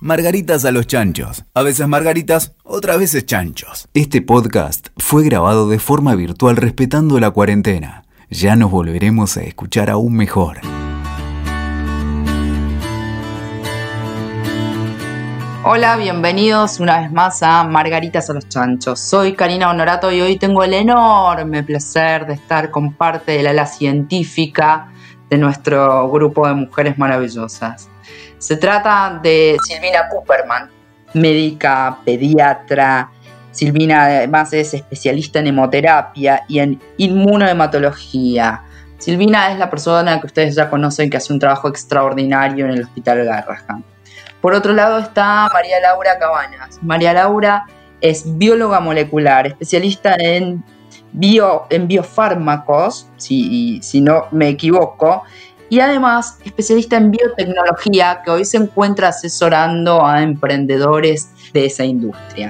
Margaritas a los chanchos. A veces margaritas, otras veces chanchos. Este podcast fue grabado de forma virtual respetando la cuarentena. Ya nos volveremos a escuchar aún mejor. Hola, bienvenidos una vez más a Margaritas a los Chanchos. Soy Karina Honorato y hoy tengo el enorme placer de estar con parte del ala científica de nuestro grupo de mujeres maravillosas. Se trata de Silvina Cooperman, médica, pediatra. Silvina además es especialista en hemoterapia y en inmunohematología. Silvina es la persona que ustedes ya conocen que hace un trabajo extraordinario en el Hospital Garrahan. Por otro lado está María Laura Cabañas. María Laura es bióloga molecular, especialista en biofármacos, si no me equivoco, y además especialista en biotecnología, que hoy se encuentra asesorando a emprendedores de esa industria.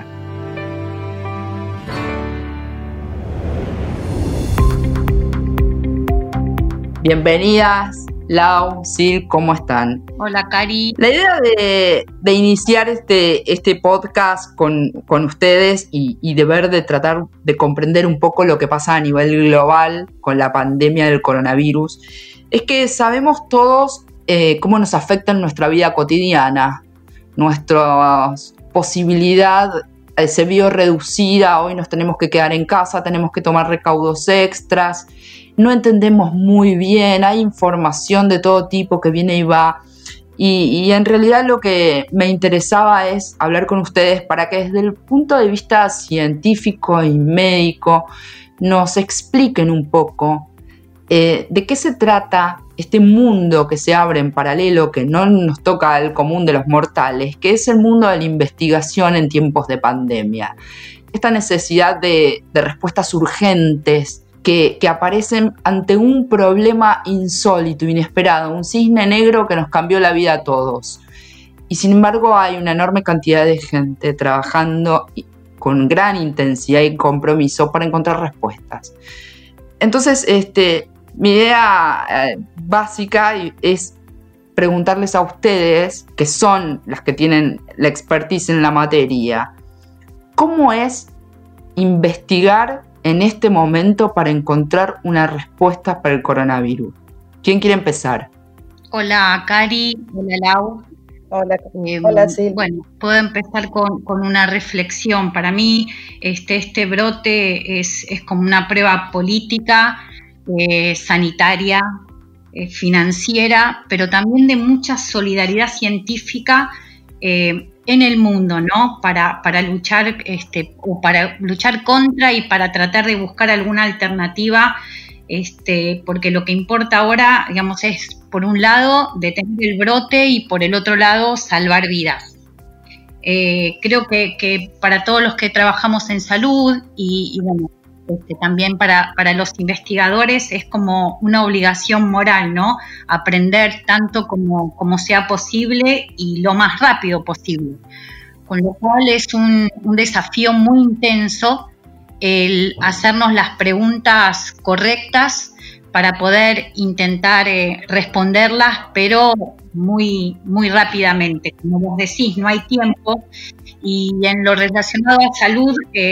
Bienvenidas, Lau, Sil, ¿cómo están? Hola, Cari. La idea de iniciar este podcast con ustedes y de tratar de comprender un poco lo que pasa a nivel global con la pandemia del coronavirus es que sabemos todos cómo nos afecta en nuestra vida cotidiana. Nuestra posibilidad se vio reducida, hoy nos tenemos que quedar en casa, tenemos que tomar recaudos extras. No entendemos muy bien, hay información de todo tipo que viene y va. Y en realidad lo que me interesaba es hablar con ustedes para que desde el punto de vista científico y médico nos expliquen un poco de qué se trata este mundo que se abre en paralelo, que no nos toca al común de los mortales, que es el mundo de la investigación en tiempos de pandemia. Esta necesidad de respuestas urgentes que aparecen ante un problema insólito, inesperado, un cisne negro que nos cambió la vida a todos. Y sin embargo hay una enorme cantidad de gente trabajando con gran intensidad y compromiso para encontrar respuestas. Entonces, mi idea básica es preguntarles a ustedes, que son las que tienen la expertise en la materia, ¿cómo es investigar en este momento para encontrar una respuesta para el coronavirus? ¿Quién quiere empezar? Hola, Cari. Hola, Lau. Hola, Sil. Bueno, puedo empezar con una reflexión. Para mí, este brote es como una prueba política, sanitaria, financiera, pero también de mucha solidaridad científica en el mundo, ¿no? Para luchar o para luchar contra y para tratar de buscar alguna alternativa, porque lo que importa ahora, digamos, es por un lado detener el brote y por el otro lado salvar vidas. Creo que para todos los que trabajamos en salud y bueno, también para los investigadores es como una obligación moral, ¿no? Aprender tanto como sea posible y lo más rápido posible. Con lo cual es un desafío muy intenso el hacernos las preguntas correctas para poder intentar responderlas, pero muy, muy rápidamente. Como vos decís, no hay tiempo. Y en lo relacionado a salud,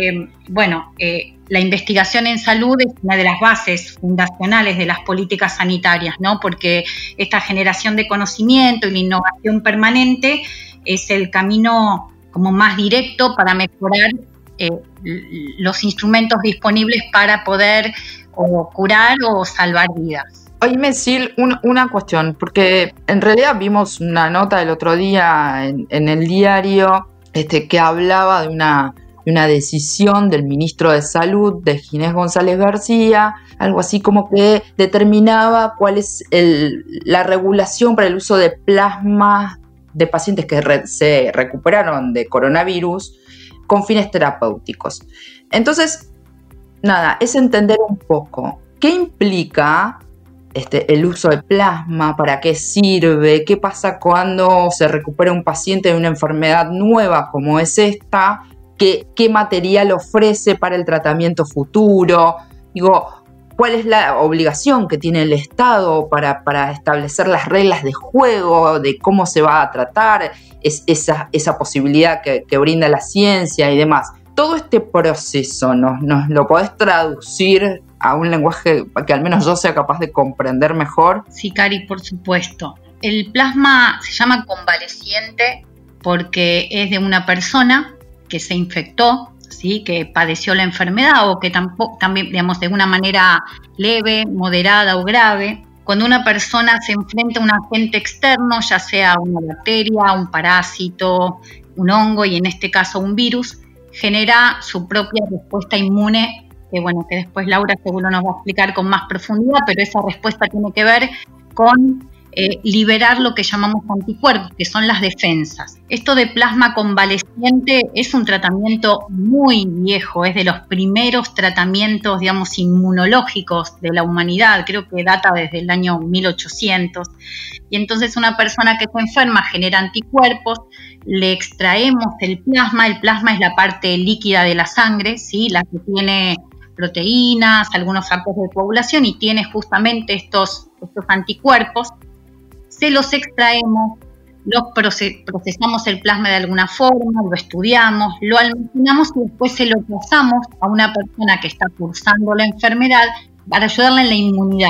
la investigación en salud es una de las bases fundacionales de las políticas sanitarias, ¿no? Porque esta generación de conocimiento y la innovación permanente es el camino como más directo para mejorar los instrumentos disponibles para poder o curar o salvar vidas. Oíme, Sil, una cuestión, porque en realidad vimos una nota el otro día en el diario que hablaba de una decisión del ministro de Salud, de Ginés González García, algo así como que determinaba cuál es la regulación para el uso de plasma de pacientes que se recuperaron de coronavirus con fines terapéuticos. Entonces, nada, es entender un poco qué implica el uso de plasma, para qué sirve, qué pasa cuando se recupera un paciente de una enfermedad nueva como es esta, qué material ofrece para el tratamiento futuro. Digo, cuál es la obligación que tiene el Estado para establecer las reglas de juego, de cómo se va a tratar esa posibilidad que brinda la ciencia y demás. Todo este proceso, ¿nos lo podés traducir a un lenguaje que al menos yo sea capaz de comprender mejor? Sí, Cari, por supuesto. El plasma se llama convaleciente porque es de una persona que se infectó, ¿sí? Que padeció la enfermedad o que también, digamos, de una manera leve, moderada o grave. Cuando una persona se enfrenta a un agente externo, ya sea una bacteria, un parásito, un hongo y en este caso un virus, genera su propia respuesta inmune, que después Laura seguro nos va a explicar con más profundidad, pero esa respuesta tiene que ver con liberar lo que llamamos anticuerpos, que son las defensas. Esto de plasma convaleciente es un tratamiento muy viejo, es de los primeros tratamientos, digamos, inmunológicos de la humanidad, creo que data desde el año 1800, y entonces una persona que se enferma genera anticuerpos, le extraemos el plasma es la parte líquida de la sangre, ¿sí? La que tiene proteínas, algunos factores de coagulación y tiene justamente estos anticuerpos. Se los extraemos, procesamos el plasma de alguna forma, lo estudiamos, lo almacenamos y después se lo pasamos a una persona que está cursando la enfermedad para ayudarla en la inmunidad.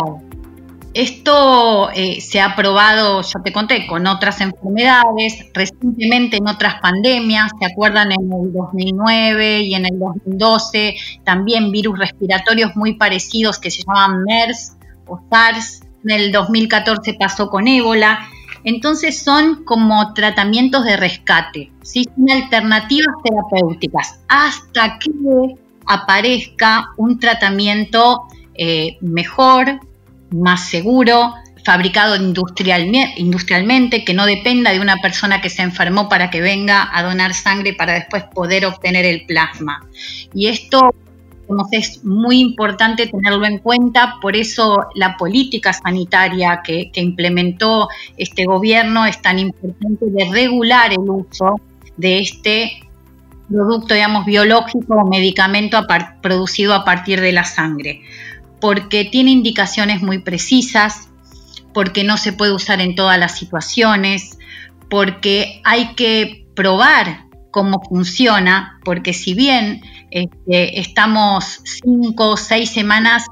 Esto se ha probado, ya te conté, con otras enfermedades, recientemente en otras pandemias, ¿se acuerdan? En el 2009 y en el 2012, también virus respiratorios muy parecidos que se llaman MERS o SARS. En el 2014 pasó con ébola. Entonces son como tratamientos de rescate, ¿sí? Son alternativas terapéuticas hasta que aparezca un tratamiento mejor, más seguro, fabricado industrialmente, que no dependa de una persona que se enfermó para que venga a donar sangre para después poder obtener el plasma. Y esto es muy importante tenerlo en cuenta, por eso la política sanitaria que implementó este gobierno es tan importante, de regular el uso de este producto, digamos, biológico o medicamento producido a partir de la sangre, porque tiene indicaciones muy precisas, porque no se puede usar en todas las situaciones, porque hay que probar cómo funciona, porque si bien estamos 5 o 6 semanas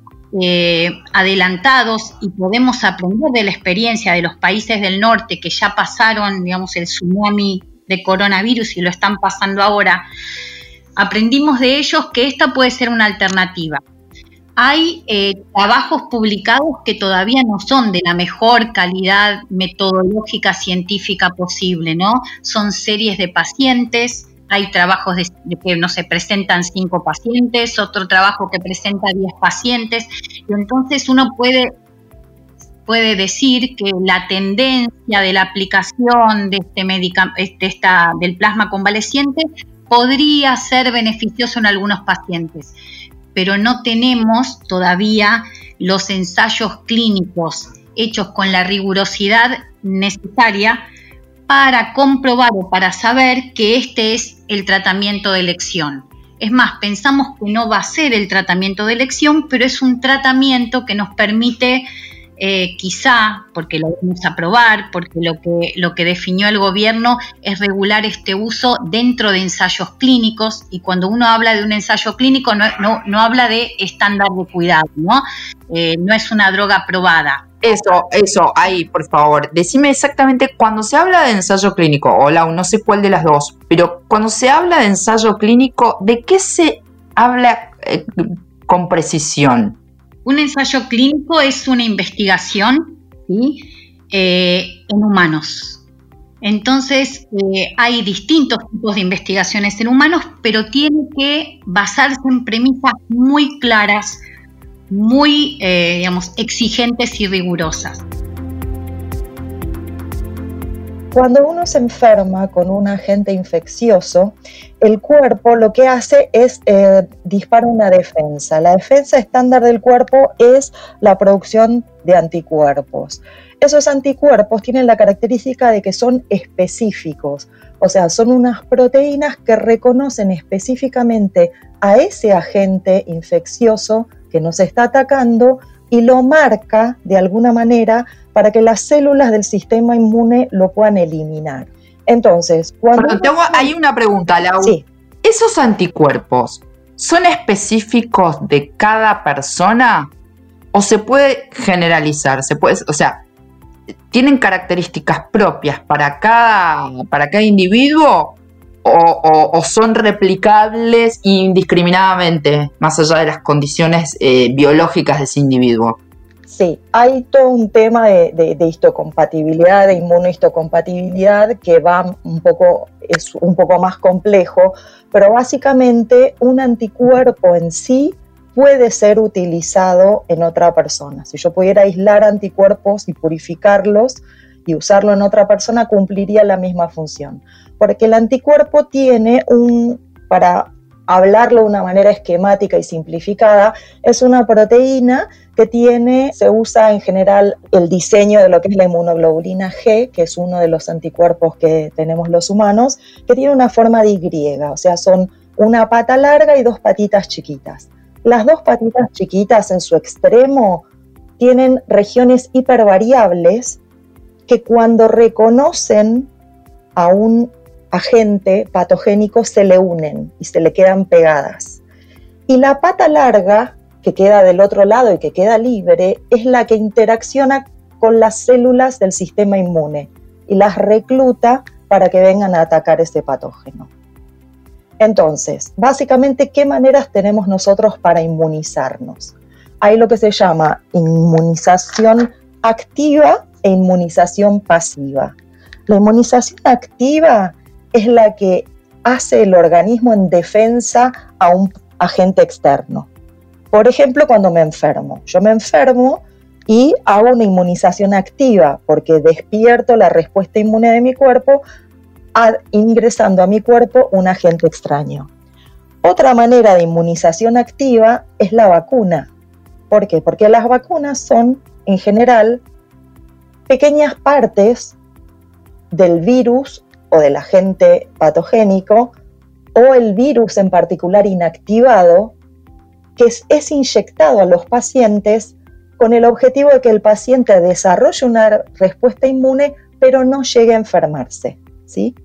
adelantados y podemos aprender de la experiencia de los países del norte que ya pasaron, digamos, el tsunami de coronavirus y lo están pasando ahora, aprendimos de ellos que esta puede ser una alternativa. Hay trabajos publicados que todavía no son de la mejor calidad metodológica científica posible, ¿no? Son series de pacientes, hay trabajos de que no se presentan 5 pacientes, otro trabajo que presenta 10 pacientes, y entonces uno puede decir que la tendencia de la aplicación de del plasma convaleciente podría ser beneficioso en algunos pacientes, pero no tenemos todavía los ensayos clínicos hechos con la rigurosidad necesaria para comprobar o para saber que este es el tratamiento de elección. Es más, pensamos que no va a ser el tratamiento de elección, pero es un tratamiento que nos permite, quizá, porque lo vamos a probar, porque lo que definió el gobierno es regular este uso dentro de ensayos clínicos, y cuando uno habla de un ensayo clínico no habla de estándar de cuidado, ¿no? No es una droga probada. Eso, ahí, por favor, decime exactamente, cuando se habla de ensayo clínico, o no sé cuál de las dos, pero cuando se habla de ensayo clínico, ¿de qué se habla con precisión? Un ensayo clínico es una investigación, ¿sí? En humanos. Entonces, hay distintos tipos de investigaciones en humanos, pero tiene que basarse en premisas muy claras, muy, exigentes y rigurosas. Cuando uno se enferma con un agente infeccioso, el cuerpo lo que hace es dispara una defensa. La defensa estándar del cuerpo es la producción de anticuerpos. Esos anticuerpos tienen la característica de que son específicos, o sea, son unas proteínas que reconocen específicamente a ese agente infeccioso que nos está atacando y lo marca de alguna manera para que las células del sistema inmune lo puedan eliminar. Entonces, cuando... Hay una pregunta, Lau. Sí. ¿Esos anticuerpos son específicos de cada persona o se puede generalizar? ¿Tienen características propias para cada individuo o son replicables indiscriminadamente, más allá de las condiciones biológicas de ese individuo? Sí, hay todo un tema de histocompatibilidad, de inmunohistocompatibilidad que es un poco más complejo, pero básicamente un anticuerpo en sí puede ser utilizado en otra persona. Si yo pudiera aislar anticuerpos y purificarlos y usarlo en otra persona, cumpliría la misma función. Porque el anticuerpo tiene para hablarlo de una manera esquemática y simplificada, es una proteína que se usa en general el diseño de lo que es la inmunoglobulina G, que es uno de los anticuerpos que tenemos los humanos, que tiene una forma de Y, o sea, son una pata larga y dos patitas chiquitas. Las dos patitas chiquitas en su extremo tienen regiones hipervariables que cuando reconocen a un agente patogénico se le unen y se le quedan pegadas. Y la pata larga, que queda del otro lado y que queda libre, es la que interacciona con las células del sistema inmune y las recluta para que vengan a atacar ese patógeno. Entonces, básicamente, ¿qué maneras tenemos nosotros para inmunizarnos? Hay lo que se llama inmunización activa e inmunización pasiva. La inmunización activa es la que hace el organismo en defensa a un agente externo. Por ejemplo, cuando me enfermo. Yo me enfermo y hago una inmunización activa porque despierto la respuesta inmune de mi cuerpo ingresando a mi cuerpo un agente extraño. Otra manera de inmunización activa es la vacuna. ¿Por qué? Porque las vacunas son, en general, pequeñas partes del virus o del agente patogénico o el virus en particular inactivado que es inyectado a los pacientes con el objetivo de que el paciente desarrolle una respuesta inmune pero no llegue a enfermarse, ¿sí?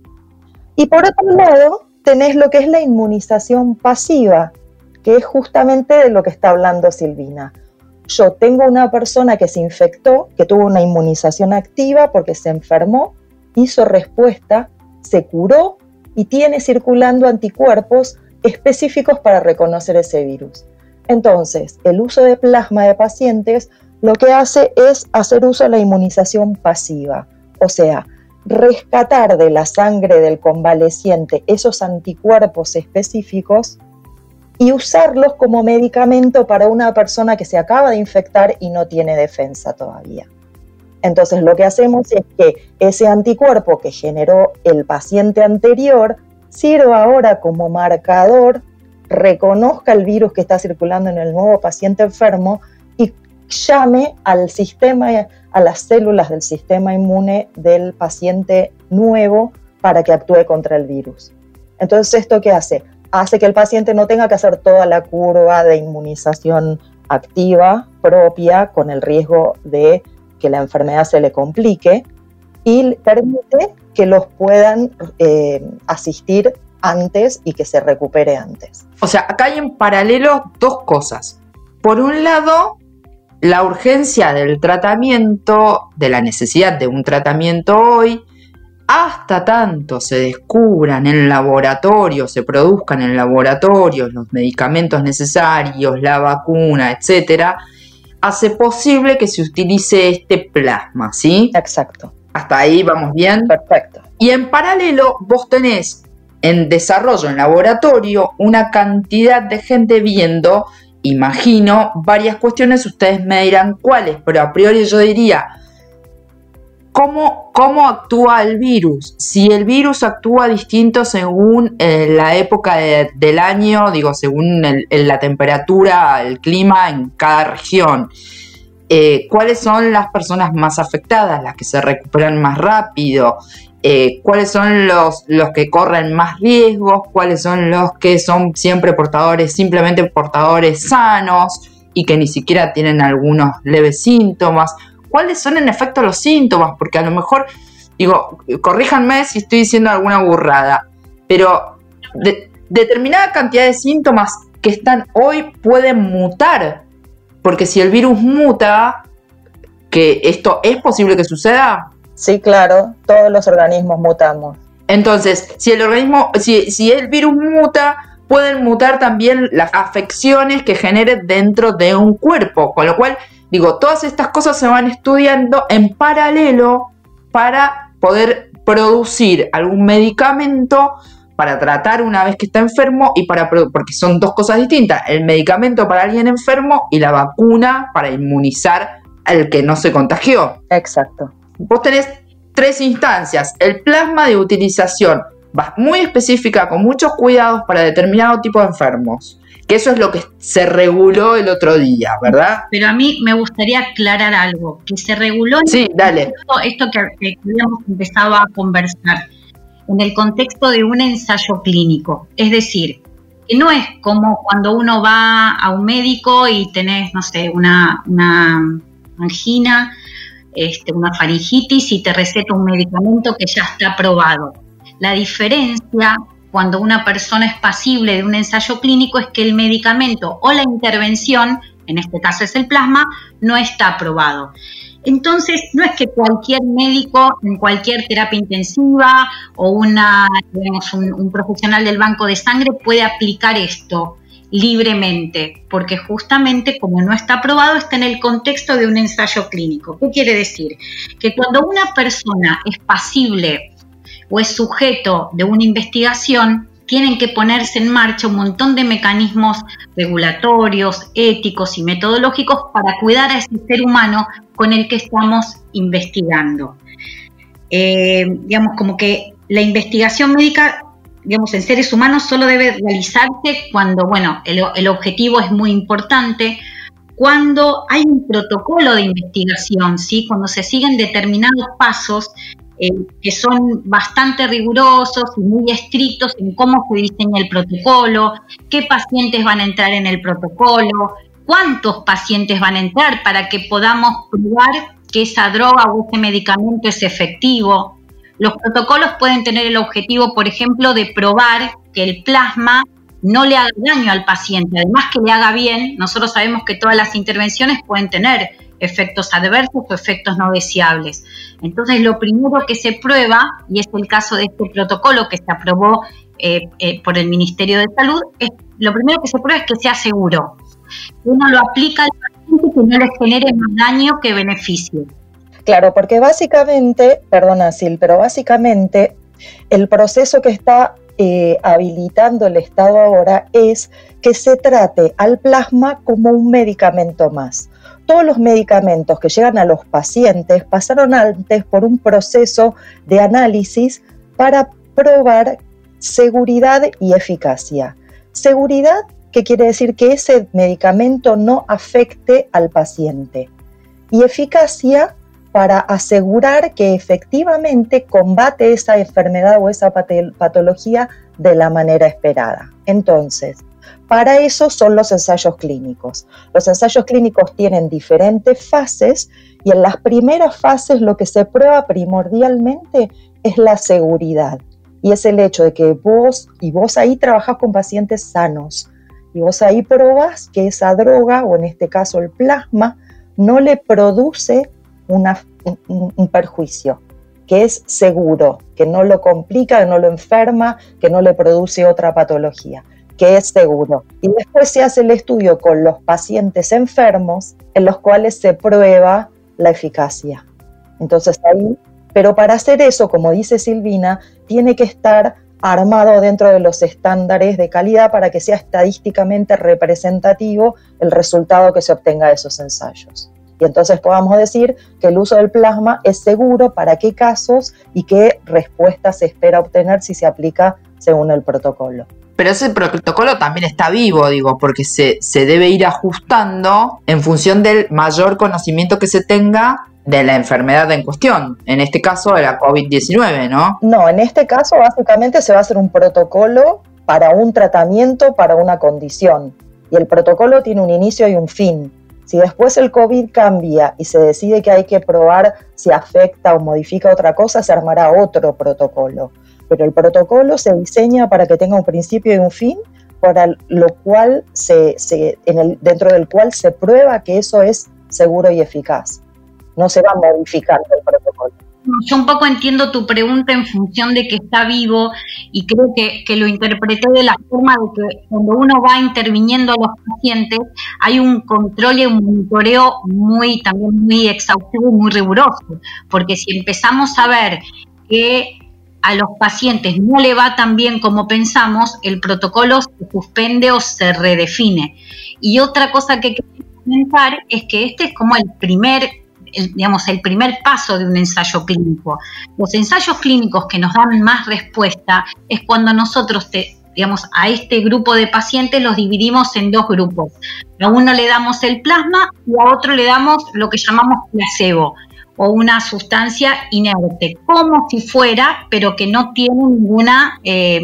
Y por otro lado tenés lo que es la inmunización pasiva, que es justamente de lo que está hablando Silvina. Yo tengo una persona que se infectó, que tuvo una inmunización activa porque se enfermó, hizo respuesta, se curó y tiene circulando anticuerpos específicos para reconocer ese virus. Entonces, el uso de plasma de pacientes lo que hace es hacer uso de la inmunización pasiva, o sea, rescatar de la sangre del convaleciente esos anticuerpos específicos y usarlos como medicamento para una persona que se acaba de infectar y no tiene defensa todavía. Entonces lo que hacemos es que ese anticuerpo que generó el paciente anterior sirva ahora como marcador, reconozca el virus que está circulando en el nuevo paciente enfermo y llame al sistema, a las células del sistema inmune del paciente nuevo para que actúe contra el virus. Entonces, ¿esto qué hace? Hace que el paciente no tenga que hacer toda la curva de inmunización activa propia con el riesgo de que la enfermedad se le complique y permite que los puedan asistir antes y que se recupere antes. O sea, acá hay en paralelo dos cosas. Por un lado, la urgencia del tratamiento, de la necesidad de un tratamiento hoy, hasta tanto se descubran en laboratorios, se produzcan en laboratorios los medicamentos necesarios, la vacuna, etcétera, hace posible que se utilice este plasma, ¿sí? Exacto. Hasta ahí vamos bien. Perfecto. Y en paralelo vos tenés en desarrollo en laboratorio una cantidad de gente viendo, imagino, varias cuestiones, ustedes me dirán cuáles, pero a priori yo diría, ¿cómo actúa el virus? Si el virus actúa distinto según la época del año, digo, según la temperatura, el clima en cada región. ¿Cuáles son las personas más afectadas, las que se recuperan más rápido? cuáles son los que corren más riesgos, cuáles son los que son siempre simplemente portadores sanos y que ni siquiera tienen algunos leves síntomas, cuáles son en efecto los síntomas, porque a lo mejor, digo, corríjanme si estoy diciendo alguna burrada, pero determinada cantidad de síntomas que están hoy pueden mutar, porque si el virus muta, que esto es posible que suceda. Sí, claro, todos los organismos mutamos. Entonces, si el virus muta, pueden mutar también las afecciones que genere dentro de un cuerpo, con lo cual, digo, todas estas cosas se van estudiando en paralelo para poder producir algún medicamento para tratar una vez que está enfermo y porque son dos cosas distintas, el medicamento para alguien enfermo y la vacuna para inmunizar al que no se contagió. Exacto. Vos tenés 3 instancias, el plasma de utilización muy específica, con muchos cuidados para determinado tipo de enfermos, que eso es lo que se reguló el otro día, ¿verdad? Pero a mí me gustaría aclarar algo, que se reguló sí, dale. Esto que habíamos empezado a conversar, en el contexto de un ensayo clínico, es decir, que no es como cuando uno va a un médico y tenés, no sé, una angina, una faringitis y te receta un medicamento que ya está aprobado. La diferencia cuando una persona es pasible de un ensayo clínico es que el medicamento o la intervención, en este caso es el plasma, no está aprobado. Entonces, no es que cualquier médico en cualquier terapia intensiva o un profesional del banco de sangre puede aplicar esto libremente, porque justamente como no está aprobado está en el contexto de un ensayo clínico. ¿Qué quiere decir? Que cuando una persona es pasible o es sujeto de una investigación, tienen que ponerse en marcha un montón de mecanismos regulatorios, éticos y metodológicos para cuidar a ese ser humano con el que estamos investigando. Digamos, como que la investigación médica, digamos, en seres humanos solo debe realizarse cuando, bueno, el objetivo es muy importante, cuando hay un protocolo de investigación, ¿sí? Cuando se siguen determinados pasos que son bastante rigurosos y muy estrictos en cómo se diseña el protocolo, qué pacientes van a entrar en el protocolo, cuántos pacientes van a entrar para que podamos probar que esa droga o ese medicamento es efectivo. Los protocolos pueden tener el objetivo, por ejemplo, de probar que el plasma no le haga daño al paciente, además que le haga bien. Nosotros sabemos que todas las intervenciones pueden tener efectos adversos o efectos no deseables. Entonces, lo primero que se prueba, y es el caso de este protocolo que se aprobó por el Ministerio de Salud, lo primero que se prueba es que sea seguro. Uno lo aplica al paciente que no le genere más daño que beneficio. Claro, porque básicamente, perdona Sil, pero básicamente el proceso que está habilitando el Estado ahora es que se trate al plasma como un medicamento más. Todos los medicamentos que llegan a los pacientes pasaron antes por un proceso de análisis para probar seguridad y eficacia. Seguridad, que quiere decir que ese medicamento no afecte al paciente. Y eficacia, para asegurar que efectivamente combate esa enfermedad o esa patología de la manera esperada. Entonces, para eso son los ensayos clínicos. Los ensayos clínicos tienen diferentes fases y en las primeras fases lo que se prueba primordialmente es la seguridad. Y es el hecho de que vos ahí trabajás con pacientes sanos y vos ahí probás que esa droga, o en este caso el plasma, no le produce un perjuicio, que es seguro, que no lo complica, que no lo enferma, que no le produce otra patología, que es seguro. Y después se hace el estudio con los pacientes enfermos, en los cuales se prueba la eficacia. Entonces ahí, pero para hacer eso, como dice Silvina, tiene que estar armado dentro de los estándares de calidad para que sea estadísticamente representativo el resultado que se obtenga de esos ensayos. Y entonces podamos decir que el uso del plasma es seguro, para qué casos y qué respuesta se espera obtener si se aplica según el protocolo. Pero ese protocolo también está vivo, digo, porque se debe ir ajustando en función del mayor conocimiento que se tenga de la enfermedad en cuestión, en este caso de la COVID-19, ¿no? No, en este caso básicamente se va a hacer un protocolo para un tratamiento, para una condición. Y el protocolo tiene un inicio y un fin. Si después el COVID cambia y se decide que hay que probar si afecta o modifica otra cosa, se armará otro protocolo. Pero el protocolo se diseña para que tenga un principio y un fin, para lo cual dentro del cual se prueba que eso es seguro y eficaz. No se va modificando el protocolo. Yo un poco entiendo tu pregunta en función de que está vivo y creo que lo interpreté de la forma de que cuando uno va interviniendo a los pacientes hay un control y un monitoreo también muy exhaustivo y muy riguroso, porque si empezamos a ver que a los pacientes no le va tan bien como pensamos, el protocolo se suspende o se redefine. Y otra cosa que quiero comentar es que este es como el primer paso de un ensayo clínico. Los ensayos clínicos que nos dan más respuesta es cuando nosotros a este grupo de pacientes los dividimos en dos grupos. A uno le damos el plasma y a otro le damos lo que llamamos placebo, o una sustancia inerte, como si fuera, pero que no tiene ninguna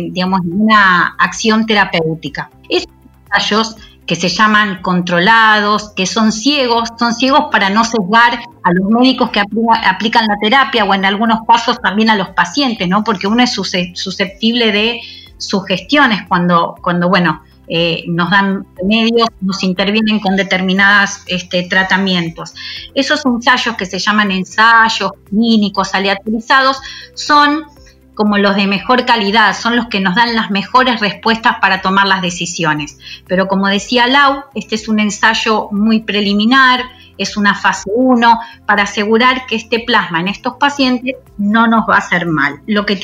acción terapéutica. Esos ensayos que se llaman controlados, que son ciegos para no sesgar a los médicos que aplican la terapia o en algunos casos también a los pacientes, ¿no? Porque uno es susceptible de sugestiones cuando nos dan remedios, nos intervienen con determinados tratamientos. Esos ensayos que se llaman ensayos clínicos aleatorizados son como los de mejor calidad, son los que nos dan las mejores respuestas para tomar las decisiones. Pero como decía Lau, este es un ensayo muy preliminar, es una fase 1 para asegurar que este plasma en estos pacientes no nos va a hacer mal. Lo que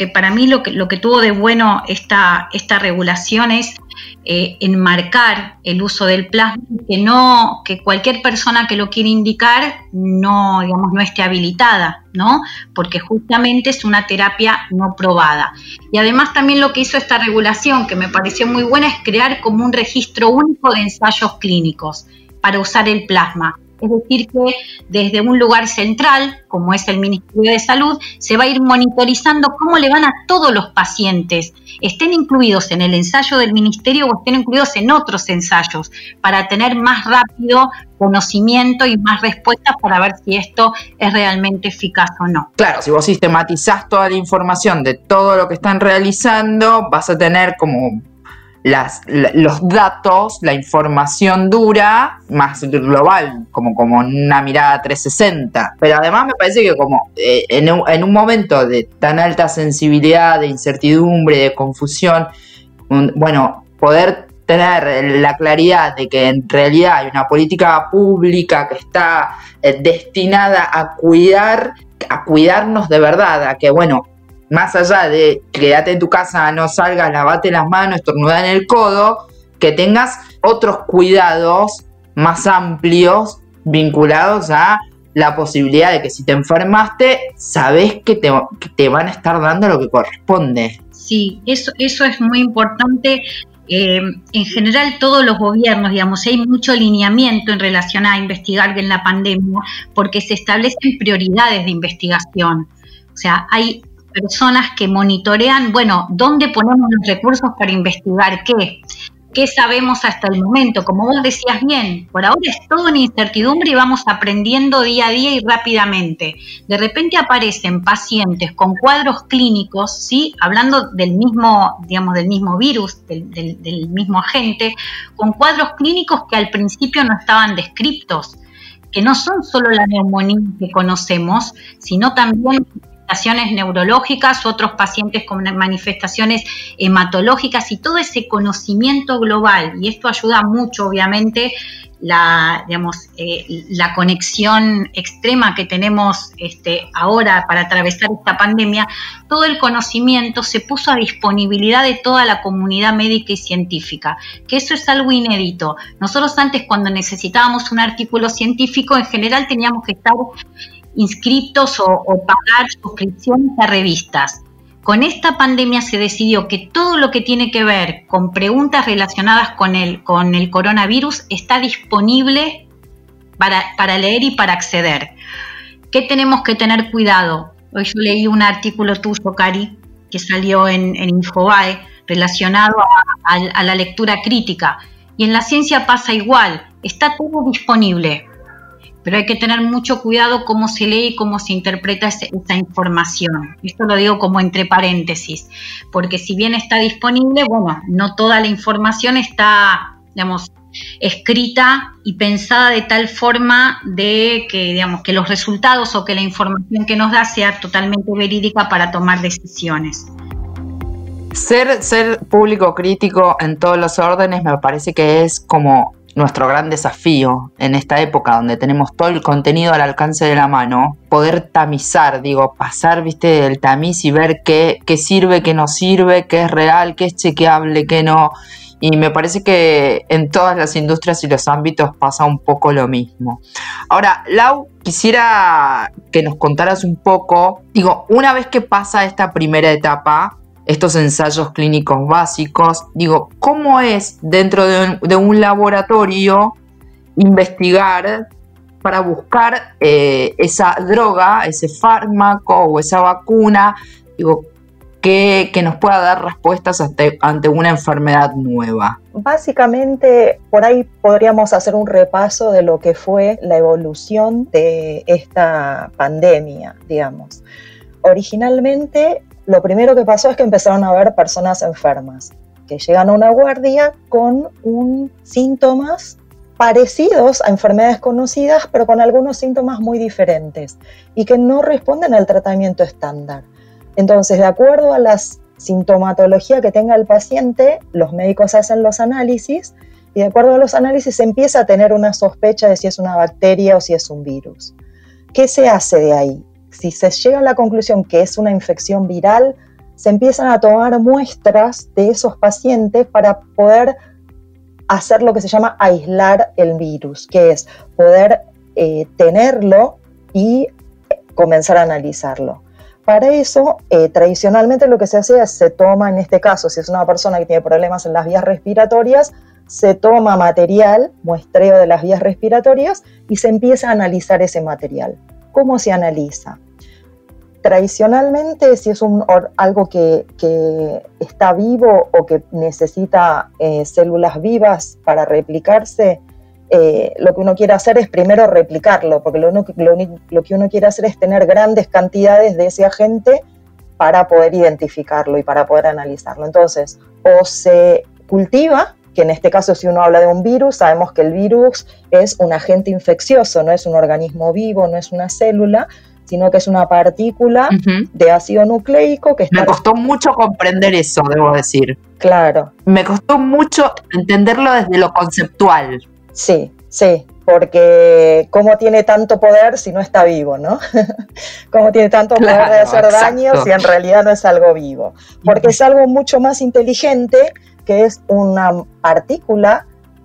tuvo de bueno esta regulación es enmarcar el uso del plasma, que cualquier persona que lo quiera indicar no esté habilitada, ¿no? Porque justamente es una terapia no probada. Y además también lo que hizo esta regulación, que me pareció muy buena, es crear como un registro único de ensayos clínicos para usar el plasma. Es decir, que desde un lugar central, como es el Ministerio de Salud, se va a ir monitorizando cómo le van a todos los pacientes, estén incluidos en el ensayo del Ministerio o estén incluidos en otros ensayos, para tener más rápido conocimiento y más respuestas para ver si esto es realmente eficaz o no. Claro, si vos sistematizás toda la información de todo lo que están realizando, vas a tener como los datos, la información dura, más global, como una mirada 360. Pero además me parece que como en un momento de tan alta sensibilidad, de incertidumbre, de confusión, poder tener la claridad de que en realidad hay una política pública que está destinada a cuidarnos de verdad, a que más allá de quédate en tu casa, no salgas, lavate las manos, estornudá en el codo, que tengas otros cuidados más amplios vinculados a la posibilidad de que si te enfermaste, sabés que te van a estar dando lo que corresponde. Sí, eso es muy importante. En general todos los gobiernos, hay mucho lineamiento en relación a investigar en la pandemia porque se establecen prioridades de investigación. O sea, hay personas que monitorean, ¿dónde ponemos los recursos para investigar qué? ¿Qué sabemos hasta el momento? Como vos decías bien, por ahora es todo una incertidumbre y vamos aprendiendo día a día y rápidamente. De repente aparecen pacientes con cuadros clínicos, ¿sí? Hablando del mismo virus, del mismo agente, con cuadros clínicos que al principio no estaban descriptos, que no son solo la neumonía que conocemos, sino también manifestaciones neurológicas, otros pacientes con manifestaciones hematológicas y todo ese conocimiento global. Y esto ayuda mucho, obviamente, la conexión extrema que tenemos ahora para atravesar esta pandemia. Todo el conocimiento se puso a disponibilidad de toda la comunidad médica y científica, que eso es algo inédito. Nosotros antes, cuando necesitábamos un artículo científico, en general teníamos que estar inscriptos o pagar suscripciones a revistas. Con esta pandemia se decidió que todo lo que tiene que ver con preguntas relacionadas con el coronavirus está disponible para leer y para acceder. ¿Qué tenemos que tener cuidado? Hoy yo leí un artículo tuyo, Cari, que salió en Infobae, relacionado a la lectura crítica. Y en la ciencia pasa igual, está todo disponible, pero hay que tener mucho cuidado cómo se lee y cómo se interpreta esa información. Esto lo digo como entre paréntesis, porque si bien está disponible, bueno, no toda la información está, digamos, escrita y pensada de tal forma de que, digamos, que los resultados o que la información que nos da sea totalmente verídica para tomar decisiones. Ser público crítico en todos los órdenes me parece que es como nuestro gran desafío en esta época donde tenemos todo el contenido al alcance de la mano, poder tamizar, pasar, el tamiz y ver qué sirve, qué no sirve, qué es real, qué es chequeable, qué no. Y me parece que en todas las industrias y los ámbitos pasa un poco lo mismo. Ahora, Lau, quisiera que nos contaras un poco, una vez que pasa esta primera etapa, estos ensayos clínicos básicos, ¿cómo es dentro de un laboratorio investigar para buscar esa droga, ese fármaco o esa vacuna, que nos pueda dar respuestas ante una enfermedad nueva? Básicamente, por ahí podríamos hacer un repaso de lo que fue la evolución de esta pandemia, digamos. Originalmente, lo primero que pasó es que empezaron a haber personas enfermas que llegan a una guardia con síntomas parecidos a enfermedades conocidas, pero con algunos síntomas muy diferentes y que no responden al tratamiento estándar. Entonces, de acuerdo a la sintomatología que tenga el paciente, los médicos hacen los análisis y de acuerdo a los análisis se empieza a tener una sospecha de si es una bacteria o si es un virus. ¿Qué se hace de ahí? Si se llega a la conclusión que es una infección viral, se empiezan a tomar muestras de esos pacientes para poder hacer lo que se llama aislar el virus, que es poder tenerlo y comenzar a analizarlo. Para eso, tradicionalmente lo que se hace es, se toma, en este caso, si es una persona que tiene problemas en las vías respiratorias, se toma material, muestreo de las vías respiratorias y se empieza a analizar ese material. ¿Cómo se analiza? Tradicionalmente, si es algo que está vivo o que necesita células vivas para replicarse, lo que uno quiere hacer es primero replicarlo, porque lo que uno quiere hacer es tener grandes cantidades de ese agente para poder identificarlo y para poder analizarlo. Entonces, o se cultiva, que en este caso si uno habla de un virus, sabemos que el virus es un agente infeccioso, no es un organismo vivo, no es una célula, sino que es una partícula de ácido nucleico que está... Me costó mucho comprender eso, debo decir. Claro. Me costó mucho entenderlo desde lo conceptual. Sí, porque ¿cómo tiene tanto poder si no está vivo, no? ¿Cómo tiene tanto poder de hacer daño si en realidad no es algo vivo? Porque es algo mucho más inteligente, que es una partícula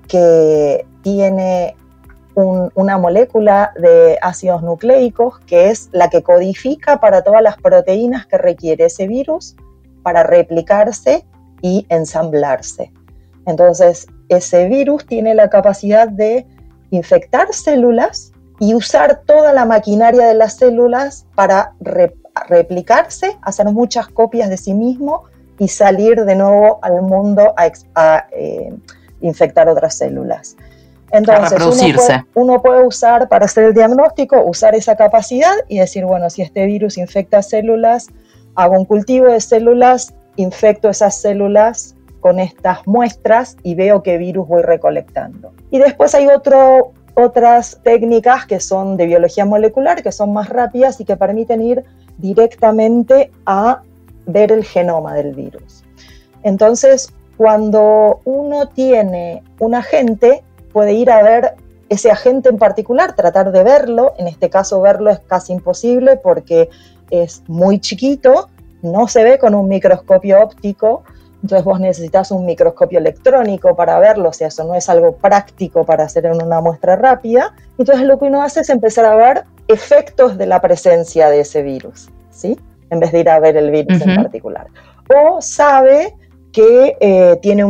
que tiene una molécula de ácidos nucleicos que es la que codifica para todas las proteínas que requiere ese virus para replicarse y ensamblarse. Entonces, ese virus tiene la capacidad de infectar células y usar toda la maquinaria de las células para replicarse, hacer muchas copias de sí mismo y salir de nuevo al mundo a infectar otras células. Entonces, uno puede usar, para hacer el diagnóstico, usar esa capacidad y decir, bueno, si este virus infecta células, hago un cultivo de células, infecto esas células con estas muestras y veo qué virus voy recolectando. Y después hay otras técnicas que son de biología molecular, que son más rápidas y que permiten ir directamente a ver el genoma del virus. Entonces, cuando uno tiene un agente, puede ir a ver ese agente en particular, tratar de verlo. En este caso, verlo es casi imposible porque es muy chiquito, no se ve con un microscopio óptico, entonces vos necesitas un microscopio electrónico para verlo, o sea, eso no es algo práctico para hacer en una muestra rápida. Entonces lo que uno hace es empezar a ver efectos de la presencia de ese virus, ¿sí? En vez de ir a ver el virus en particular. O sabe que tiene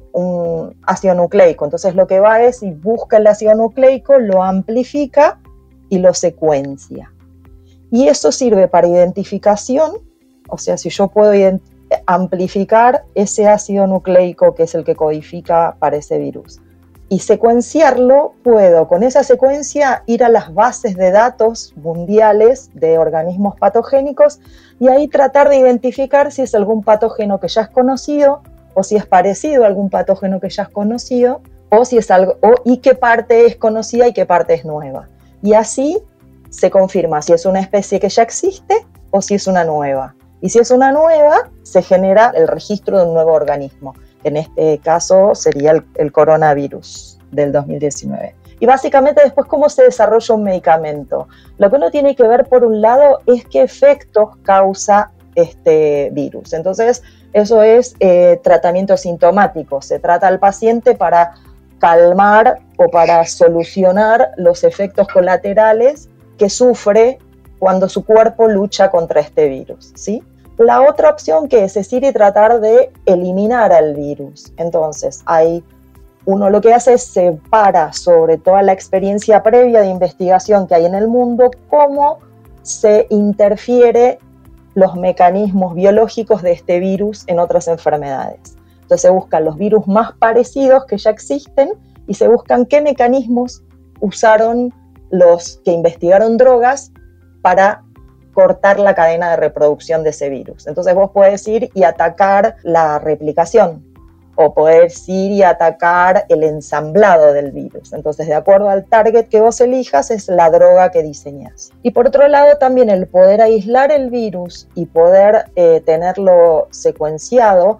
un ácido nucleico, entonces lo que va es y busca el ácido nucleico, lo amplifica y lo secuencia. y eso sirve para identificación, o sea, si yo puedo amplificar ese ácido nucleico que es el que codifica para ese virus y secuenciarlo, puedo con esa secuencia ir a las bases de datos mundiales de organismos patogénicos y ahí tratar de identificar si es algún patógeno que ya es conocido o si es parecido a algún patógeno que ya es conocido o si es algo, y qué parte es conocida y qué parte es nueva. Y así se confirma si es una especie que ya existe o si es una nueva. Y si es una nueva, se genera el registro de un nuevo organismo. En este caso sería el coronavirus del 2019. Y básicamente después, ¿cómo se desarrolla un medicamento? Lo que uno tiene que ver, por un lado, es qué efectos causa este virus. Entonces, eso es tratamiento sintomático. Se trata al paciente para calmar o para solucionar los efectos colaterales que sufre cuando su cuerpo lucha contra este virus, ¿sí? La otra opción que es ir y tratar de eliminar al virus. Entonces, uno lo que hace es separa sobre toda la experiencia previa de investigación que hay en el mundo, cómo se interfiere los mecanismos biológicos de este virus en otras enfermedades. Entonces se buscan los virus más parecidos que ya existen y se buscan qué mecanismos usaron los que investigaron drogas para cortar la cadena de reproducción de ese virus. Entonces vos podés ir y atacar la replicación o podés ir y atacar el ensamblado del virus. Entonces, de acuerdo al target que vos elijas, es la droga que diseñás. Y por otro lado, también el poder aislar el virus y poder tenerlo secuenciado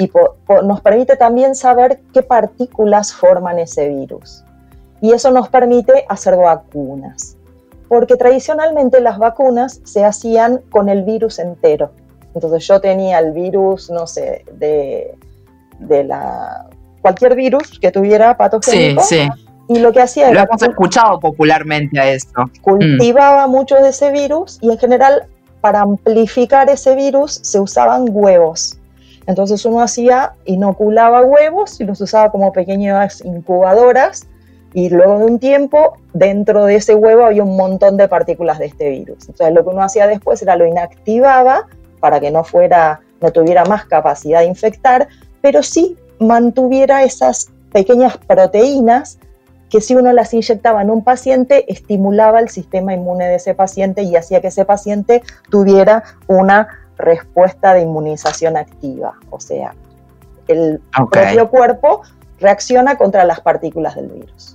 nos permite también saber qué partículas forman ese virus. Y eso nos permite hacer vacunas. Porque tradicionalmente las vacunas se hacían con el virus entero. Entonces yo tenía el virus, no sé, cualquier virus que tuviera patogénico. Sí. Y lo que hacía era... Lo hemos escuchado popularmente a eso. Cultivaba mucho de ese virus y en general para amplificar ese virus se usaban huevos. Entonces uno inoculaba huevos y los usaba como pequeñas incubadoras. Y luego de un tiempo, dentro de ese huevo había un montón de partículas de este virus. Entonces lo que uno hacía después era lo inactivaba para que no tuviera más capacidad de infectar, pero sí mantuviera esas pequeñas proteínas que si uno las inyectaba en un paciente, estimulaba el sistema inmune de ese paciente y hacía que ese paciente tuviera una respuesta de inmunización activa. O sea, el propio cuerpo reacciona contra las partículas del virus.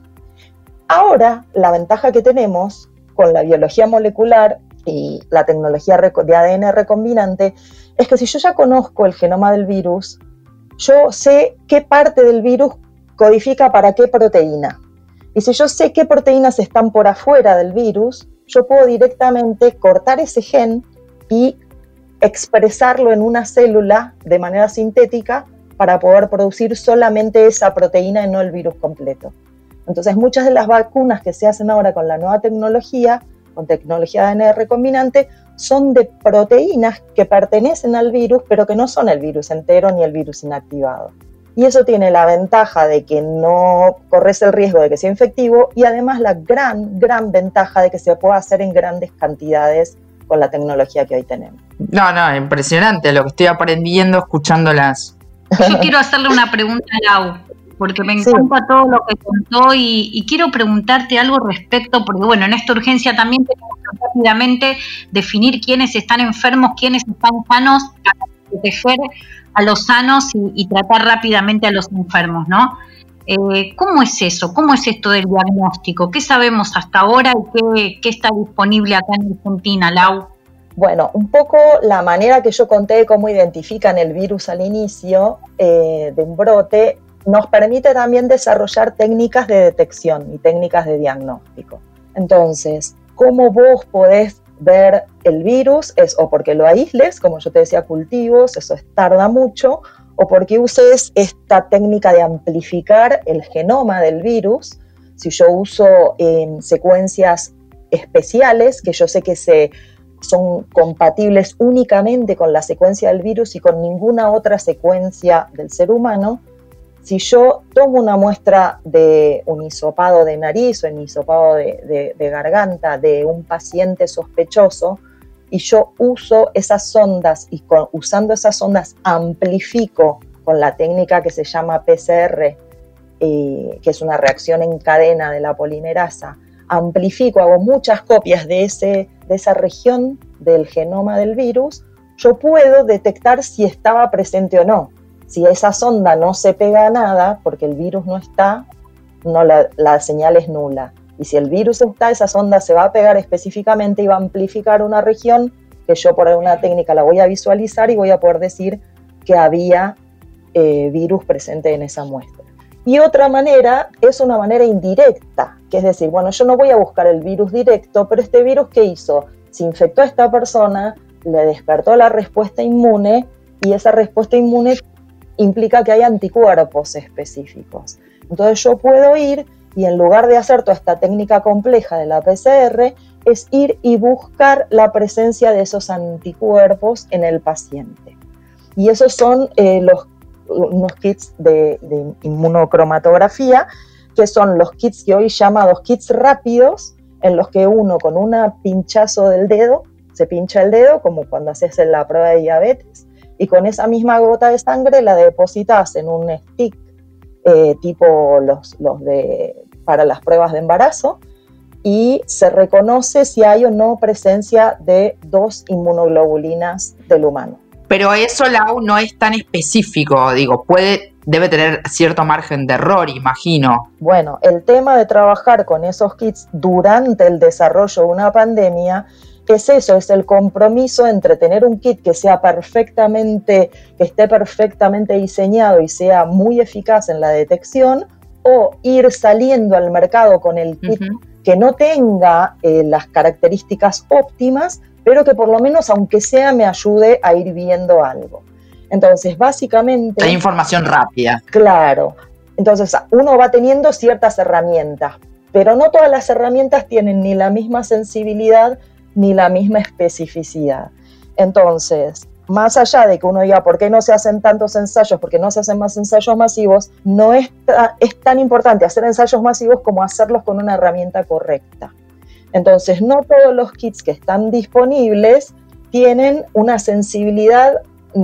Ahora, la ventaja que tenemos con la biología molecular y la tecnología de ADN recombinante es que si yo ya conozco el genoma del virus, yo sé qué parte del virus codifica para qué proteína. Y si yo sé qué proteínas están por afuera del virus, yo puedo directamente cortar ese gen y expresarlo en una célula de manera sintética para poder producir solamente esa proteína y no el virus completo. Entonces muchas de las vacunas que se hacen ahora con la nueva tecnología, con tecnología de ADN recombinante, son de proteínas que pertenecen al virus, pero que no son el virus entero ni el virus inactivado. Y eso tiene la ventaja de que no corres el riesgo de que sea infectivo y además la gran ventaja de que se pueda hacer en grandes cantidades con la tecnología que hoy tenemos. No, impresionante lo que estoy aprendiendo escuchándolas. Yo quiero hacerle una pregunta a Lau, porque me encanta todo lo que contó y quiero preguntarte algo respecto, porque bueno, en esta urgencia también tenemos que rápidamente definir quiénes están enfermos, quiénes están sanos, para proteger a los sanos y tratar rápidamente a los enfermos, ¿no? ¿Cómo es eso? ¿Cómo es esto del diagnóstico? ¿Qué sabemos hasta ahora y qué está disponible acá en Argentina, Lau? Bueno, un poco la manera que yo conté de cómo identifican el virus al inicio de un brote nos permite también desarrollar técnicas de detección y técnicas de diagnóstico. Entonces, ¿cómo vos podés ver el virus? Es o porque lo aísles, como yo te decía, cultivos, eso tarda mucho, o porque uses esta técnica de amplificar el genoma del virus. Si yo uso secuencias especiales, que yo sé que son compatibles únicamente con la secuencia del virus y con ninguna otra secuencia del ser humano, si yo tomo una muestra de un hisopado de nariz o un hisopado de garganta de un paciente sospechoso y yo uso esas sondas y usando esas sondas amplifico con la técnica que se llama PCR, que es una reacción en cadena de la polimerasa, amplifico, hago muchas copias de esa región del genoma del virus, yo puedo detectar si estaba presente o no. Si esa sonda no se pega a nada, porque el virus no está, la señal es nula. Y si el virus está, esa sonda se va a pegar específicamente y va a amplificar una región que yo por alguna técnica la voy a visualizar y voy a poder decir que había virus presente en esa muestra. Y otra manera es una manera indirecta, que es decir, bueno, yo no voy a buscar el virus directo, pero este virus, ¿qué hizo? Se infectó a esta persona, le despertó la respuesta inmune y esa respuesta inmune implica que hay anticuerpos específicos. Entonces yo puedo ir y en lugar de hacer toda esta técnica compleja de la PCR, es ir y buscar la presencia de esos anticuerpos en el paciente. Y esos son unos kits de inmunocromatografía, que son los kits que hoy llamados kits rápidos, en los que uno con un pinchazo del dedo, se pincha el dedo, como cuando haces la prueba de diabetes, y con esa misma gota de sangre la depositas en un stick tipo los para las pruebas de embarazo y se reconoce si hay o no presencia de 2 inmunoglobulinas del humano. Pero eso, Lau, no es tan específico, digo, debe tener cierto margen de error, imagino. Bueno, el tema de trabajar con esos kits durante el desarrollo de una pandemia es eso, es el compromiso entre tener un kit que esté perfectamente diseñado y sea muy eficaz en la detección, o ir saliendo al mercado con el kit que no tenga las características óptimas, pero que por lo menos, aunque sea, me ayude a ir viendo algo. Entonces, básicamente... Hay información rápida. Claro. Entonces, uno va teniendo ciertas herramientas, pero no todas las herramientas tienen ni la misma sensibilidad ni la misma especificidad. Entonces, más allá de que uno diga por qué no se hacen tantos ensayos, porque no se hacen más ensayos masivos, no es tan importante hacer ensayos masivos como hacerlos con una herramienta correcta. Entonces, no todos los kits que están disponibles tienen una sensibilidad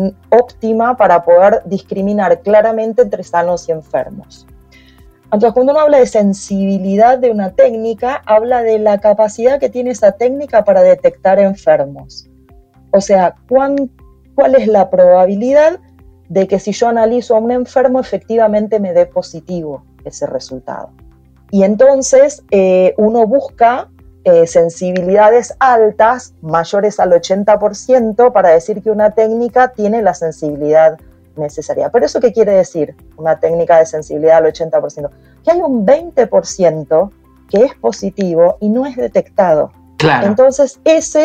óptima para poder discriminar claramente entre sanos y enfermos. Entonces, cuando uno habla de sensibilidad de una técnica, habla de la capacidad que tiene esa técnica para detectar enfermos. O sea, ¿cuál es la probabilidad de que si yo analizo a un enfermo efectivamente me dé positivo ese resultado? Y entonces uno busca sensibilidades altas, mayores al 80%, para decir que una técnica tiene la sensibilidad necesaria. ¿Pero eso qué quiere decir? Una técnica de sensibilidad al 80%. Que hay un 20% que es positivo y no es detectado. Claro. Entonces,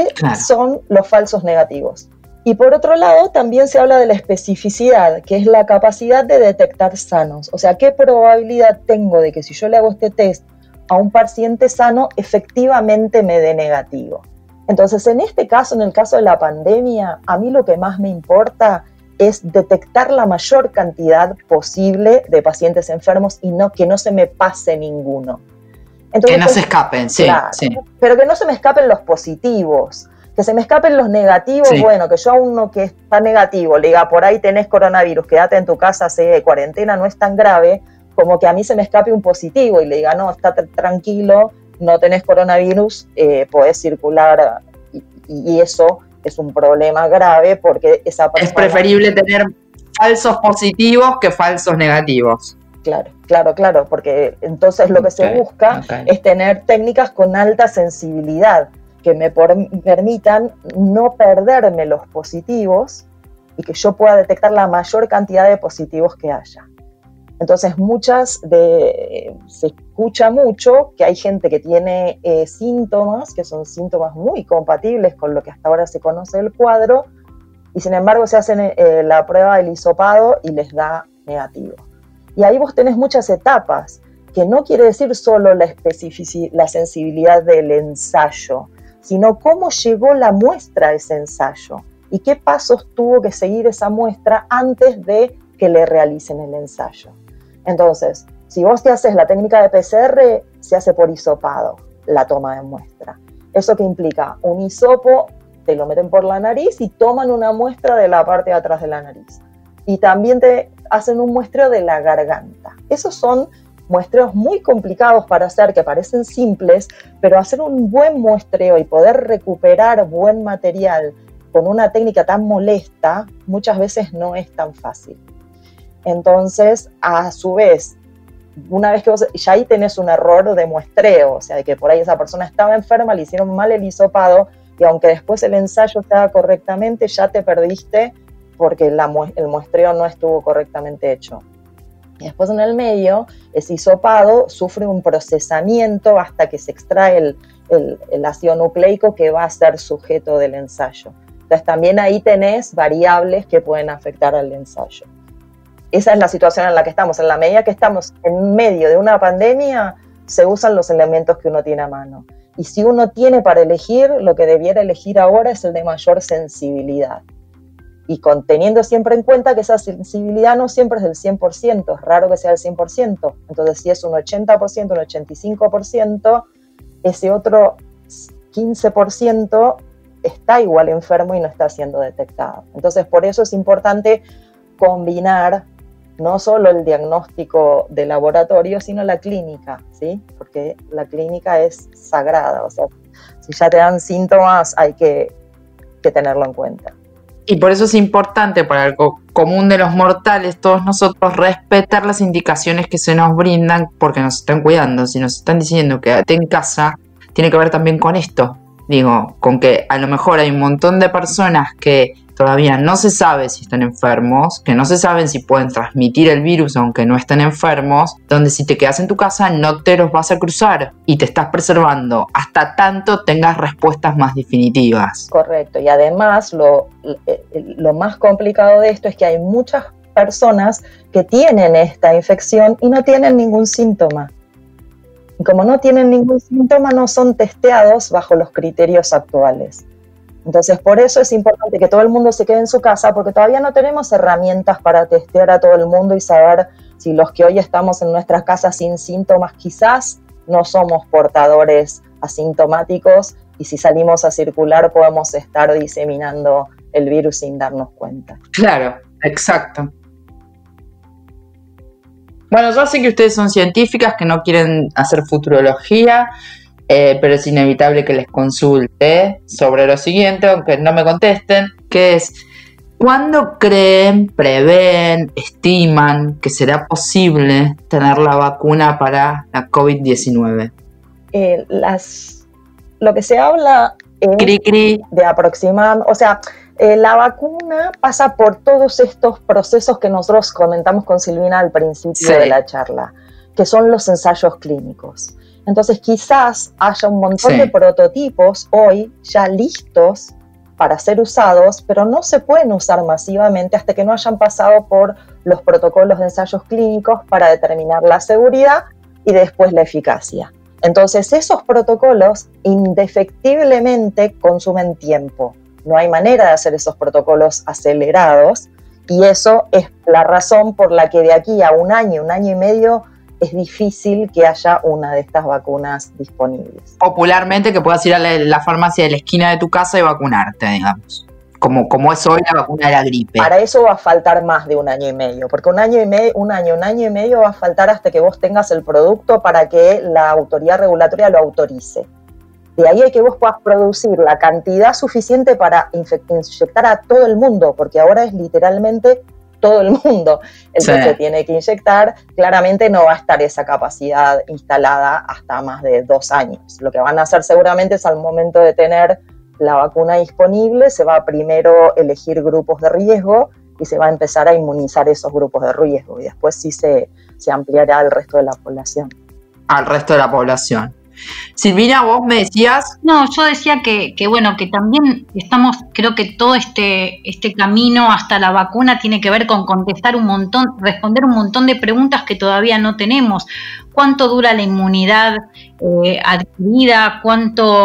son los falsos negativos. Y por otro lado, también se habla de la especificidad, que es la capacidad de detectar sanos. O sea, ¿qué probabilidad tengo de que si yo le hago este test a un paciente sano, efectivamente me dé negativo? Entonces, en este caso, en el caso de la pandemia, a mí lo que más me importa es detectar la mayor cantidad posible de pacientes enfermos y que no se me pase ninguno. Entonces, que no se escapen, sí, claro, sí. Pero que no se me escapen los positivos, que se me escapen los negativos, sí. Bueno, que yo a uno que está negativo le diga, por ahí tenés coronavirus, quédate en tu casa, de cuarentena, no es tan grave, como que a mí se me escape un positivo y le diga, no, estate tranquilo, no tenés coronavirus, podés circular, y eso es un problema grave porque esa persona... Es preferible tener falsos positivos que falsos negativos. Claro, porque entonces lo que se busca es tener técnicas con alta sensibilidad que me permitan no perderme los positivos y que yo pueda detectar la mayor cantidad de positivos que haya. Entonces se escucha mucho que hay gente que tiene síntomas, que son síntomas muy compatibles con lo que hasta ahora se conoce del cuadro, y sin embargo se hacen la prueba del hisopado y les da negativo. Y ahí vos tenés muchas etapas, que no quiere decir solo la sensibilidad del ensayo, sino cómo llegó la muestra a ese ensayo y qué pasos tuvo que seguir esa muestra antes de que le realicen el ensayo. Entonces, si vos te haces la técnica de PCR, se hace por hisopado la toma de muestra. ¿Eso qué implica? Un hisopo, te lo meten por la nariz y toman una muestra de la parte de atrás de la nariz. Y también te hacen un muestreo de la garganta. Esos son muestreos muy complicados para hacer, que parecen simples, pero hacer un buen muestreo y poder recuperar buen material con una técnica tan molesta, muchas veces no es tan fácil. Entonces, a su vez, una vez que vos, ya ahí tenés un error de muestreo, o sea, de que por ahí esa persona estaba enferma, le hicieron mal el hisopado, y aunque después el ensayo se haga correctamente, ya te perdiste porque el muestreo no estuvo correctamente hecho. Y después en el medio, ese hisopado sufre un procesamiento hasta que se extrae el ácido nucleico que va a ser sujeto del ensayo. Entonces también ahí tenés variables que pueden afectar al ensayo. Esa es la situación en la que estamos. En la medida que estamos en medio de una pandemia, se usan los elementos que uno tiene a mano. Y si uno tiene para elegir, lo que debiera elegir ahora es el de mayor sensibilidad. Y teniendo siempre en cuenta que esa sensibilidad no siempre es del 100%, es raro que sea del 100%. Entonces, si es un 80%, un 85%, ese otro 15% está igual enfermo y no está siendo detectado. Entonces, por eso es importante combinar no solo el diagnóstico de laboratorio, sino la clínica, ¿sí? Porque la clínica es sagrada, o sea, si ya te dan síntomas hay que tenerlo en cuenta. Y por eso es importante para el común de los mortales, todos nosotros, respetar las indicaciones que se nos brindan porque nos están cuidando. Si nos están diciendo quédate en casa, tiene que ver también con esto. Digo, con que a lo mejor hay un montón de personas que todavía no se sabe si están enfermos, que no se saben si pueden transmitir el virus aunque no estén enfermos, donde si te quedas en tu casa no te los vas a cruzar y te estás preservando hasta tanto tengas respuestas más definitivas. Correcto, y además lo más complicado de esto es que hay muchas personas que tienen esta infección y no tienen ningún síntoma. Y como no tienen ningún síntoma, no son testeados bajo los criterios actuales. Entonces, por eso es importante que todo el mundo se quede en su casa, porque todavía no tenemos herramientas para testear a todo el mundo y saber si los que hoy estamos en nuestras casas sin síntomas quizás no somos portadores asintomáticos, y si salimos a circular podemos estar diseminando el virus sin darnos cuenta. Claro, exacto. Bueno, yo sé que ustedes son científicas que no quieren hacer futurología, pero es inevitable que les consulte sobre lo siguiente, aunque no me contesten, que es: ¿cuándo creen, prevén, estiman que será posible tener la vacuna para la COVID-19? Lo que se habla es de aproximadamente, o sea, la vacuna pasa por todos estos procesos que nosotros comentamos con Silvina al principio de la charla, que son los ensayos clínicos. Entonces quizás haya un montón de prototipos hoy ya listos para ser usados, pero no se pueden usar masivamente hasta que no hayan pasado por los protocolos de ensayos clínicos para determinar la seguridad y después la eficacia. Entonces esos protocolos indefectiblemente consumen tiempo. No hay manera de hacer esos protocolos acelerados, y eso es la razón por la que de aquí a un año y medio, es difícil que haya una de estas vacunas disponibles. Popularmente, que puedas ir a la farmacia de la esquina de tu casa y vacunarte, digamos. Como es hoy la vacuna de la gripe. Para eso va a faltar más de un año y medio, porque un año y medio va a faltar hasta que vos tengas el producto para que la autoridad regulatoria lo autorice. De ahí a que vos puedas producir la cantidad suficiente para inyectar a todo el mundo, porque ahora es literalmente todo el mundo el que se tiene que inyectar. Claramente no va a estar esa capacidad instalada hasta más de 2 años. Lo que van a hacer seguramente es, al momento de tener la vacuna disponible, se va a primero elegir grupos de riesgo y se va a empezar a inmunizar esos grupos de riesgo, y después sí se ampliará al resto de la población. Al resto de la población. Silvina, vos me decías... No, yo decía que bueno, que también estamos, creo que todo este camino hasta la vacuna tiene que ver con responder un montón de preguntas que todavía no tenemos. ¿Cuánto dura la inmunidad adquirida? ¿Cuánto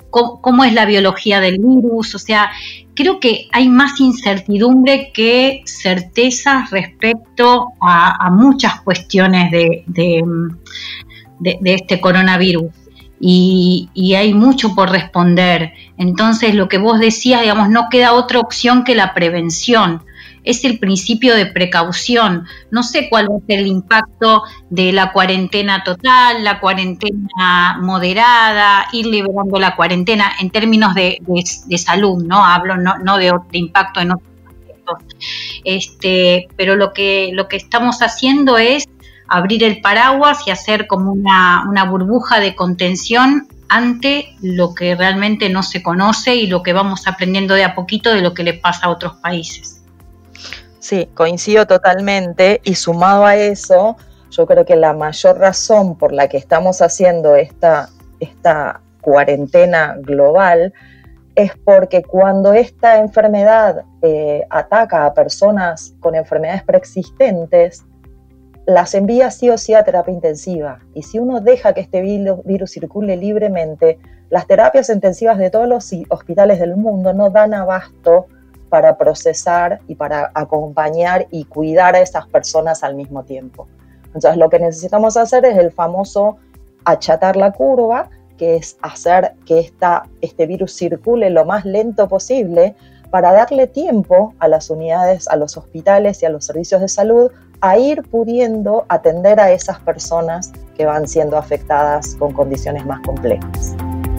cómo es la biología del virus. O sea, creo que hay más incertidumbre que certezas respecto a muchas cuestiones de este coronavirus. Y hay mucho por responder. Entonces, lo que vos decías, digamos, no queda otra opción que la prevención. Es el principio de precaución. No sé cuál va a ser el impacto de la cuarentena total, la cuarentena moderada, ir liberando la cuarentena en términos de salud, ¿no? Hablo no de impacto en otros aspectos. Pero lo que estamos haciendo es abrir el paraguas y hacer como una burbuja de contención ante lo que realmente no se conoce y lo que vamos aprendiendo de a poquito de lo que le pasa a otros países. Sí, coincido totalmente, y sumado a eso, yo creo que la mayor razón por la que estamos haciendo esta cuarentena global es porque cuando esta enfermedad ataca a personas con enfermedades preexistentes, las envía sí o sí a terapia intensiva. Y si uno deja que este virus circule libremente, las terapias intensivas de todos los hospitales del mundo no dan abasto para procesar y para acompañar y cuidar a esas personas al mismo tiempo. Entonces, lo que necesitamos hacer es el famoso achatar la curva, que es hacer que este virus circule lo más lento posible para darle tiempo a las unidades, a los hospitales y a los servicios de salud a ir pudiendo atender a esas personas que van siendo afectadas con condiciones más complejas.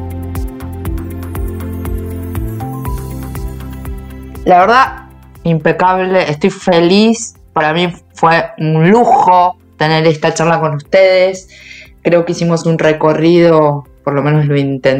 La verdad, impecable, estoy feliz. Para mí fue un lujo tener esta charla con ustedes. Creo que hicimos un recorrido, por lo menos lo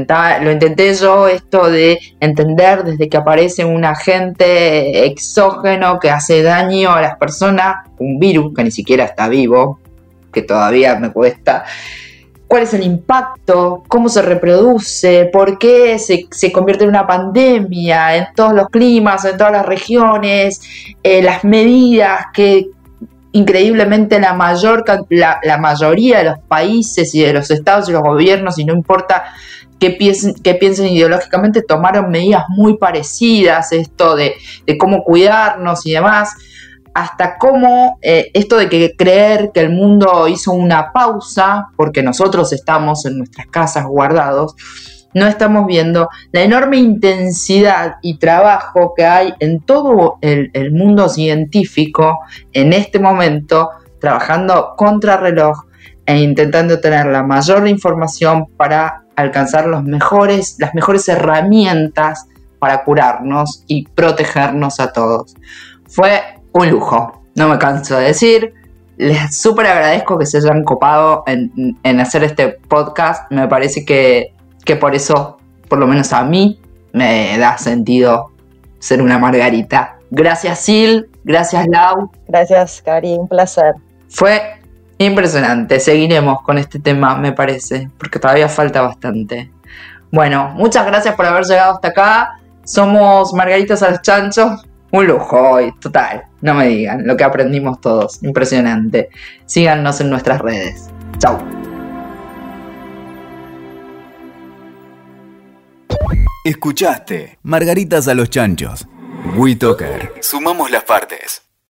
intenté yo, esto de entender desde que aparece un agente exógeno que hace daño a las personas, un virus que ni siquiera está vivo, que todavía me cuesta. ¿Cuál es el impacto? ¿Cómo se reproduce? ¿Por qué se convierte en una pandemia en todos los climas, en todas las regiones? Las medidas que increíblemente la mayoría de los países y de los estados y los gobiernos, y no importa qué piensen ideológicamente, tomaron medidas muy parecidas, esto de cómo cuidarnos y demás, hasta cómo esto de creer que el mundo hizo una pausa porque nosotros estamos en nuestras casas guardados. No estamos viendo la enorme intensidad y trabajo que hay en todo el mundo científico en este momento, trabajando contrarreloj e intentando tener la mayor información para alcanzar las mejores herramientas para curarnos y protegernos a todos. Fue un lujo, no me canso de decir. Les súper agradezco que se hayan copado en hacer este podcast. Me parece que por eso, por lo menos a mí, me da sentido ser una Margarita. Gracias, Sil. Gracias, Lau. Gracias, Cari. Un placer. Fue impresionante. Seguiremos con este tema, me parece, porque todavía falta bastante. Bueno, muchas gracias por haber llegado hasta acá. Somos Margaritas a los Chanchos. Un lujo hoy, total. No me digan lo que aprendimos todos. Impresionante. Síganos en nuestras redes. Chau. Escuchaste Margaritas a los Chanchos. WeToker. Sumamos las partes.